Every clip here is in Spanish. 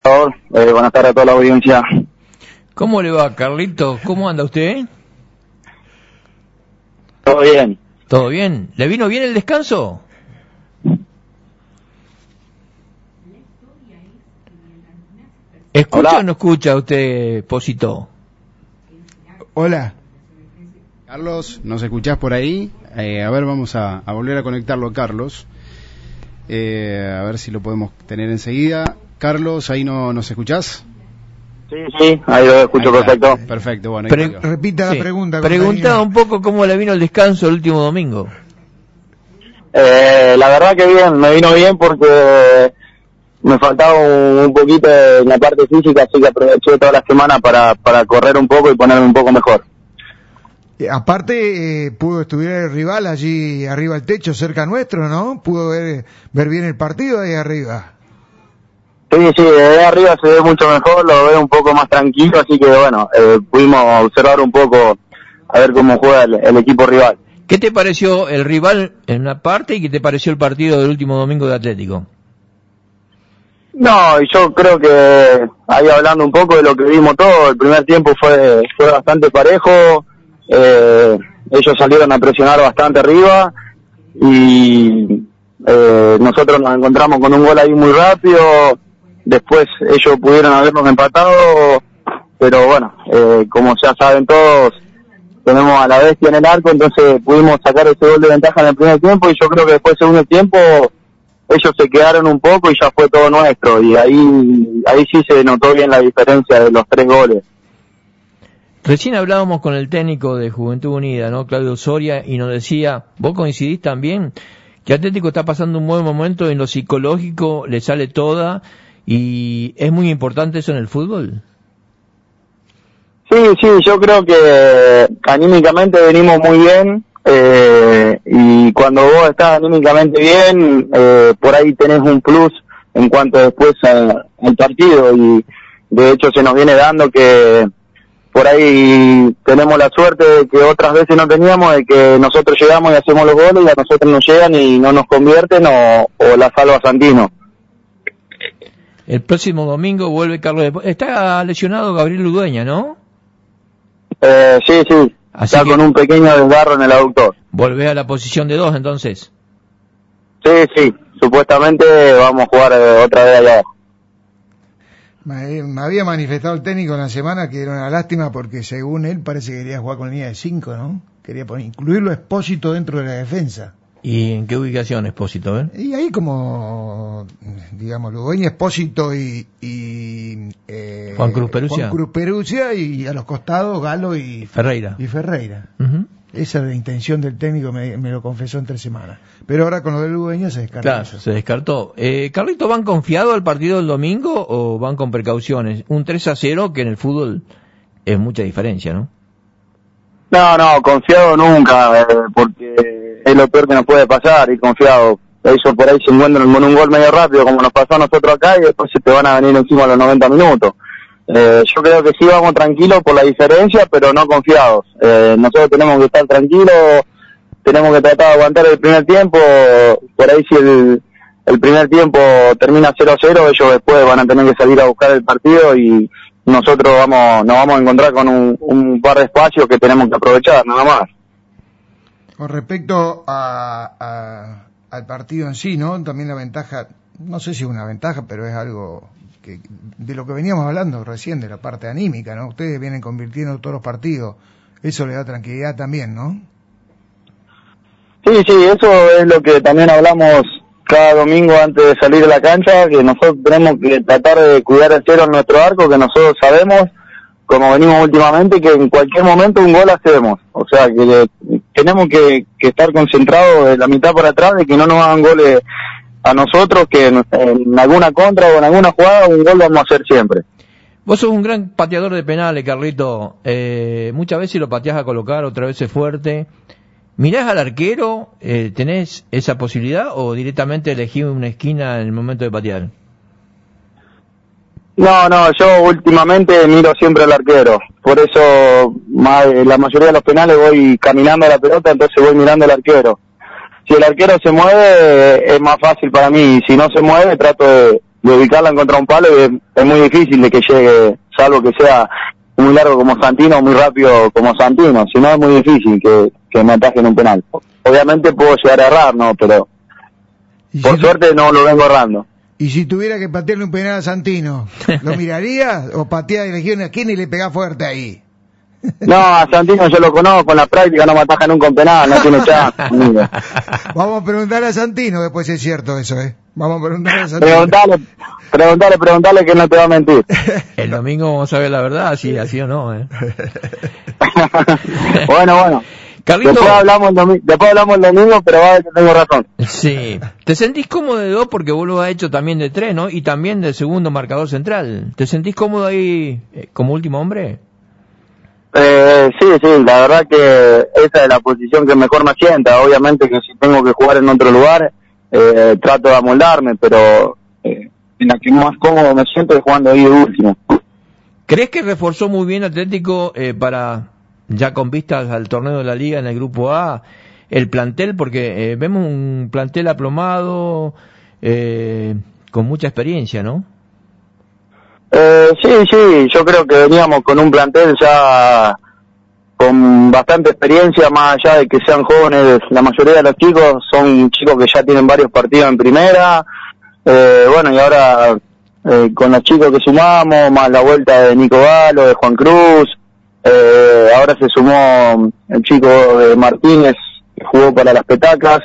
Buenas tardes a toda la audiencia. ¿Cómo le va, Carlito? ¿Cómo anda usted? ¿Todo bien? ¿Todo bien? ¿Le vino bien el descanso? ¿Escucha Hola. o no escucha usted, Posito? Hola. Carlos, ¿nos escuchás por ahí? A ver, vamos a volver a conectarlo, Carlos. A ver si lo podemos tener enseguida. Carlos, ¿ahí no nos escuchás? Sí, ahí lo escucho Ahí está. perfecto. Perfecto, bueno. Repita Sí. la pregunta. Preguntaba un poco cómo le vino el descanso el último domingo. La verdad que bien, me vino bien porque me faltaba un poquito en la parte física, así que aproveché toda la semana para correr un poco y ponerme un poco mejor. Aparte, pudo estudiar el rival allí arriba del techo, cerca nuestro, ¿no? Pudo ver bien el partido ahí arriba. Sí, desde arriba se ve mucho mejor, lo veo un poco más tranquilo, así que bueno, pudimos observar un poco a ver cómo juega el equipo rival. ¿Qué te pareció el rival en una parte y qué te pareció el partido del último domingo de Atlético? No, y yo creo que ahí hablando un poco de lo que vimos todo, el primer tiempo fue bastante parejo, ellos salieron a presionar bastante arriba y nosotros nos encontramos con un gol ahí muy rápido, después ellos pudieron habernos empatado, pero bueno, como ya saben todos, tenemos a la bestia en el arco, entonces pudimos sacar ese gol de ventaja en el primer tiempo y yo creo que después del segundo tiempo ellos se quedaron un poco y ya fue todo nuestro, y ahí sí se notó bien la diferencia de los 3 goles. Recién hablábamos con el técnico de Juventud Unida, ¿no? Claudio Soria, y nos decía, vos coincidís también, que Atlético está pasando un buen momento en lo psicológico, le sale toda, y es muy importante eso en el fútbol. Sí, yo creo que anímicamente venimos muy bien, y cuando vos estás anímicamente bien, por ahí tenés un plus en cuanto después al partido, y de hecho se nos viene dando que por ahí tenemos la suerte de que otras veces no teníamos, de que nosotros llegamos y hacemos los goles y a nosotros nos llegan y no nos convierten o la salva Santino. El próximo domingo vuelve Carlos Está lesionado Gabriel Ludueña, ¿no? Sí, Así está que con un pequeño desgarro en el aductor. volvés a la posición de 2 entonces. Sí, supuestamente vamos a jugar otra vez allá abajo. Me había manifestado el técnico en la semana que era una lástima porque según él parece que quería jugar con línea de 5, ¿no? Quería incluirlo a Espósito dentro de la defensa. ¿Y en qué ubicación, Espósito, Y ahí como, digamos, Ludueña, Espósito y Juan Cruz Perusia. Juan Cruz Perusia, y a los costados Galo y Ferreira. Uh-huh. Esa era la intención del técnico, me lo confesó entre semanas. Pero ahora con lo de Ludueña se descartó. Claro, eso. se descartó. Carlito, ¿van confiado al partido del domingo o van con precauciones? Un 3-0 que en el fútbol es mucha diferencia, ¿no? No, confiado nunca, porque es lo peor que nos puede pasar, y confiado. Ellos por ahí se encuentran con un gol medio rápido, como nos pasó a nosotros acá, y después se te van a venir encima a los 90 minutos. Yo creo que sí vamos tranquilos por la diferencia, pero no confiados. Nosotros tenemos que estar tranquilos, tenemos que tratar de aguantar el primer tiempo. Por ahí si el primer tiempo termina 0-0, ellos después van a tener que salir a buscar el partido y nosotros nos vamos a encontrar con un par de espacios que tenemos que aprovechar, nada más. Con respecto al partido en sí, ¿no? También la ventaja, no sé si es una ventaja, pero es algo que de lo que veníamos hablando recién, de la parte anímica, ¿no? Ustedes vienen convirtiendo todos los partidos, eso le da tranquilidad también, ¿no? Sí, eso es lo que también hablamos cada domingo antes de salir de la cancha, que nosotros tenemos que tratar de cuidar el cero en nuestro arco, que nosotros sabemos, como venimos últimamente, que en cualquier momento un gol hacemos. O sea, que tenemos que estar concentrados de la mitad para atrás, de que no nos hagan goles a nosotros, que en alguna contra o en alguna jugada un gol vamos a hacer siempre. Vos sos un gran pateador de penales, Carlito. Muchas veces lo pateás a colocar, otras veces fuerte. ¿Mirás al arquero? ¿Tenés esa posibilidad o directamente elegís una esquina en el momento de patear? No, yo últimamente miro siempre al arquero. Por eso la mayoría de los penales voy caminando a la pelota, entonces voy mirando al arquero. Si el arquero se mueve, es más fácil para mí. Si no se mueve, trato ubicarla en contra un palo y es muy difícil de que llegue, salvo que sea muy largo como Santino o muy rápido como Santino, si no es muy difícil que me atajen un penal. Obviamente puedo llegar a errar, ¿no? Pero por suerte no lo vengo errando. Y si tuviera que patearle un penal a Santino, ¿lo miraría o patea de legión a esquina y le pega fuerte ahí? No, a Santino yo lo conozco, en la práctica no me ataja nunca un penal, no tiene chance. Vamos a preguntarle a Santino después si es cierto eso, Vamos a preguntarle a Santino. Preguntale que no te va a mentir. El domingo vamos a ver la verdad, si así o no, Bueno. Carlito, después hablamos el domingo, pero va a ver que tengo razón. Sí. ¿Te sentís cómodo de 2 porque vos lo has hecho también de 3, ¿no? Y también del segundo marcador central. ¿Te sentís cómodo ahí como último hombre? Sí, la verdad que esa es la posición que mejor me sienta. Obviamente que si tengo que jugar en otro lugar, trato de amoldarme, pero en la que más cómodo me siento es jugando ahí de último. ¿Crees que reforzó muy bien Atlético para, ya con vistas al torneo de la Liga en el Grupo A, el plantel? Porque vemos un plantel aplomado, con mucha experiencia, ¿no? Sí, yo creo que veníamos con un plantel ya con bastante experiencia, más allá de que sean jóvenes, la mayoría de los chicos son chicos que ya tienen varios partidos en primera, y ahora con los chicos que sumamos, más la vuelta de Nico Galo, de Juan Cruz, ahora se sumó el chico de Martínez, que jugó para las Petacas,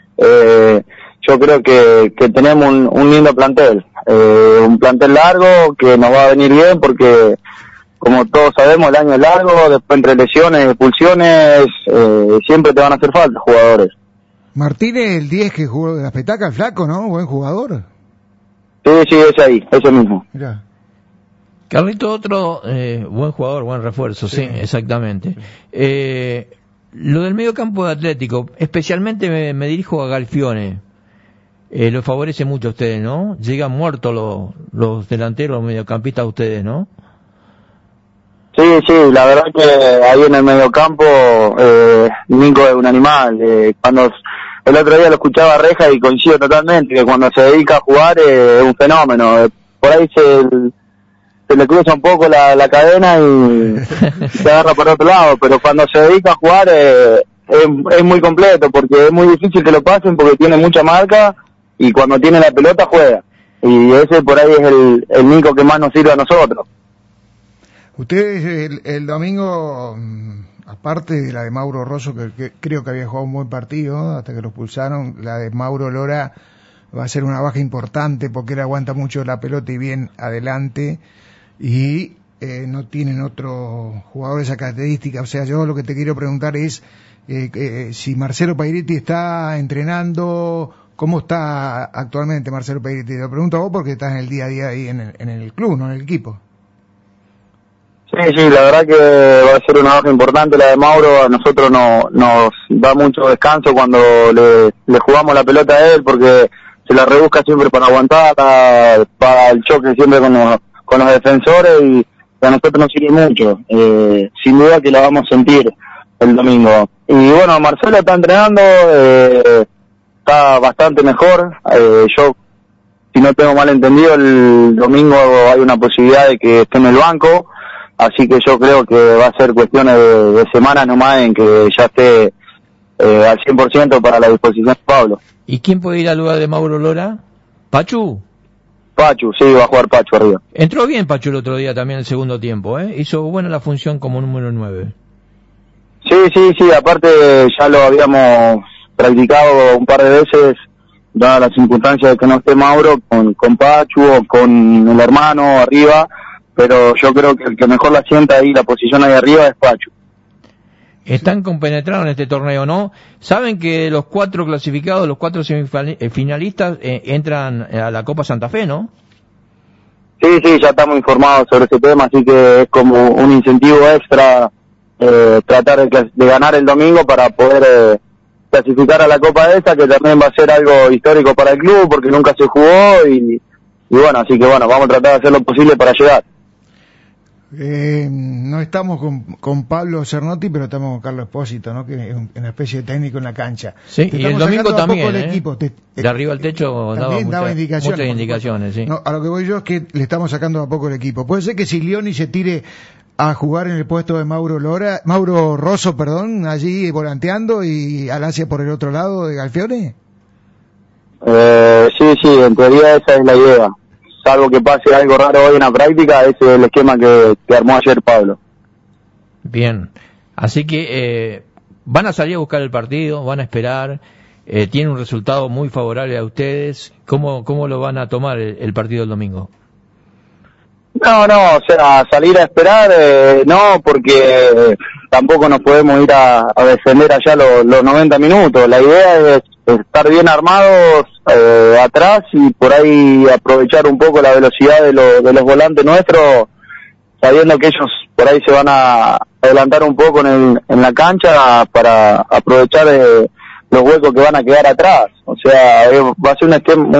yo creo que tenemos un lindo plantel. Un plantel largo que nos va a venir bien porque, como todos sabemos, el año es largo, después entre lesiones, expulsiones, siempre te van a hacer falta jugadores. Martínez, el 10 que jugó de las Petacas, el flaco, ¿no? Buen jugador. Sí, ese mismo. Mirá. Carlito, otro buen jugador, buen refuerzo, sí, exactamente. Lo del medio campo de Atlético, especialmente me dirijo a Galfione. Lo favorece mucho a ustedes, ¿no? Llegan muertos los delanteros, los mediocampistas a ustedes, ¿no? Sí, la verdad que ahí en el mediocampo Nico es un animal. Cuando el otro día lo escuchaba a Reja y coincido totalmente, que cuando se dedica a jugar es un fenómeno. Por ahí se le cruza un poco la cadena y se agarra por otro lado, pero cuando se dedica a jugar es muy completo, porque es muy difícil que lo pasen porque tiene mucha marca. Y cuando tiene la pelota juega. Y ese por ahí es el Nico que más nos sirve a nosotros. Ustedes el domingo, aparte de la de Mauro Rosso, que creo que había jugado un buen partido hasta que lo expulsaron, la de Mauro Lora va a ser una baja importante porque él aguanta mucho la pelota y bien adelante. Y no tienen otro jugador de esa característica. O sea, yo lo que te quiero preguntar es si Marcelo Pairetti está entrenando. ¿Cómo está actualmente Marcelo Pairetti? Te lo pregunto a vos porque estás en el día a día ahí en el club, no en el equipo. Sí, la verdad que va a ser una baja importante la de Mauro. A nosotros nos da mucho descanso cuando le jugamos la pelota a él, porque se la rebusca siempre para aguantar, para el choque siempre con los defensores, y a nosotros nos sirve mucho. Sin duda que la vamos a sentir el domingo. Y bueno, Marcelo está entrenando, está bastante mejor. Yo, si no tengo mal entendido, el domingo hay una posibilidad de que esté en el banco, así que yo creo que va a ser cuestiones de semanas nomás en que ya esté al 100% para la disposición de Pablo. ¿Y quién puede ir al lugar de Mauro Lora? ¿Pachu? Pachu, sí, va a jugar Pachu arriba. Entró bien Pachu el otro día también en el segundo tiempo, hizo buena la función como número 9. Sí, aparte ya lo habíamos practicado un par de veces, dadas las circunstancias de que no esté Mauro, con Pachu o con el hermano arriba, pero yo creo que el que mejor la sienta ahí, la posición ahí arriba, es Pachu. Están compenetrados en este torneo, ¿no? Saben que los 4 clasificados, los 4 semifinalistas entran a la Copa Santa Fe, ¿no? Sí, ya estamos informados sobre ese tema, así que es como un incentivo extra tratar de ganar el domingo para poder clasificar a la Copa esa, que también va a ser algo histórico para el club porque nunca se jugó y bueno, así que bueno, vamos a tratar de hacer lo posible para llegar. No estamos con Pablo Cernotti, pero estamos con Carlos Espósito, ¿no? Que es una especie de técnico en la cancha. Sí, y el domingo también, equipo. De arriba al techo daba indicaciones, sí. No, a lo que voy yo es que le estamos sacando a poco el equipo. Puede ser que Siglioni se tire a jugar en el puesto de Mauro Rosso, allí volanteando, y Alacia por el otro lado de Galfione. Sí, en teoría esa es la idea. Salvo que pase algo raro hoy en la práctica, ese es el esquema que armó ayer Pablo. Bien, así que van a salir a buscar el partido, van a esperar, tiene un resultado muy favorable a ustedes. ¿Cómo lo van a tomar el partido del domingo? No, o sea, salir a esperar, no, porque tampoco nos podemos ir a defender allá los 90 minutos. La idea es estar bien armados atrás y por ahí aprovechar un poco la velocidad de los volantes nuestros, sabiendo que ellos por ahí se van a adelantar un poco en la cancha para aprovechar los huecos que van a quedar atrás. O sea, va a ser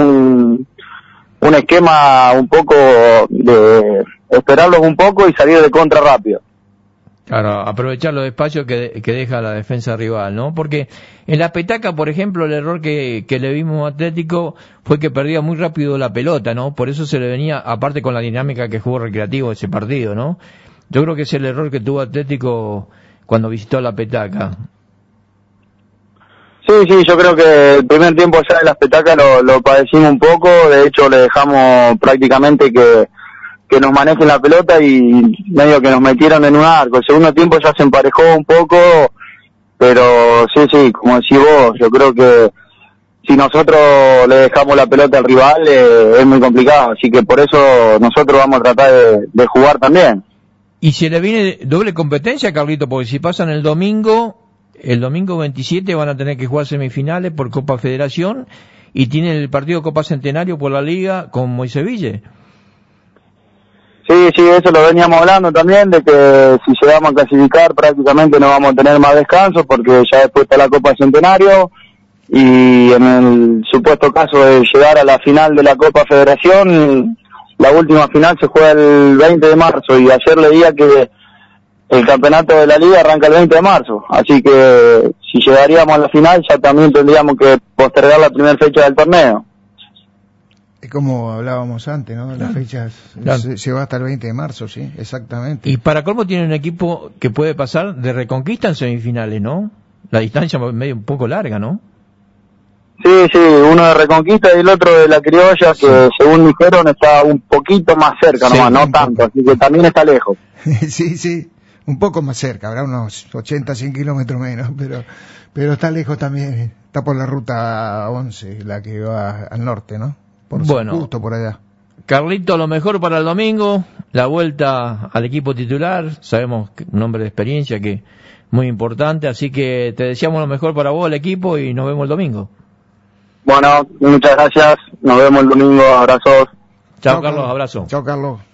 un esquema un poco de esperarlos un poco y salir de contra rápido. Claro, aprovechar los espacios que deja la defensa rival, ¿no? Porque en la petaca, por ejemplo, el error que le vimos a Atlético fue que perdía muy rápido la pelota, ¿no? Por eso se le venía, aparte con la dinámica que jugó Recreativo ese partido, ¿no? Yo creo que es el error que tuvo Atlético cuando visitó la petaca. Sí, yo creo que el primer tiempo ya en las petacas lo padecimos un poco. De hecho, le dejamos prácticamente que nos manejen la pelota y medio que nos metieron en un arco. El segundo tiempo ya se emparejó un poco, pero sí, como decís vos, yo creo que si nosotros le dejamos la pelota al rival es muy complicado, así que por eso nosotros vamos a tratar de jugar también. Y se le viene doble competencia, Carlito, porque si pasan el domingo 27 van a tener que jugar semifinales por Copa Federación y tienen el partido Copa Centenario por la Liga con Moisés Ville. Sí, eso lo veníamos hablando también, de que si llegamos a clasificar prácticamente no vamos a tener más descanso, porque ya después está la Copa Centenario, y en el supuesto caso de llegar a la final de la Copa Federación, la última final se juega el 20 de marzo, y ayer leía que el campeonato de la Liga arranca el 20 de marzo, así que si llegaríamos a la final ya también tendríamos que postergar la primera fecha del torneo. Es como hablábamos antes, ¿no? Las fechas se va hasta el 20 de marzo, sí, exactamente. Y para colmo tiene un equipo que puede pasar de Reconquista en semifinales, ¿no? La distancia medio un poco larga, ¿no? Sí, uno de Reconquista y el otro de la Criolla, que según dijeron está un poquito más cerca nomás, no tanto, así que también está lejos. Sí, un poco más cerca, habrá unos 80, 100 kilómetros menos, pero está lejos también, está por la ruta 11, la que va al norte, ¿no? Justo por allá. Carlito, lo mejor para el domingo, la vuelta al equipo titular, sabemos que un hombre de experiencia que muy importante, así que te deseamos lo mejor para vos, el equipo, y nos vemos el domingo. Bueno, muchas gracias, nos vemos el domingo, abrazos. Chao Carlos, abrazo. Chao Carlos.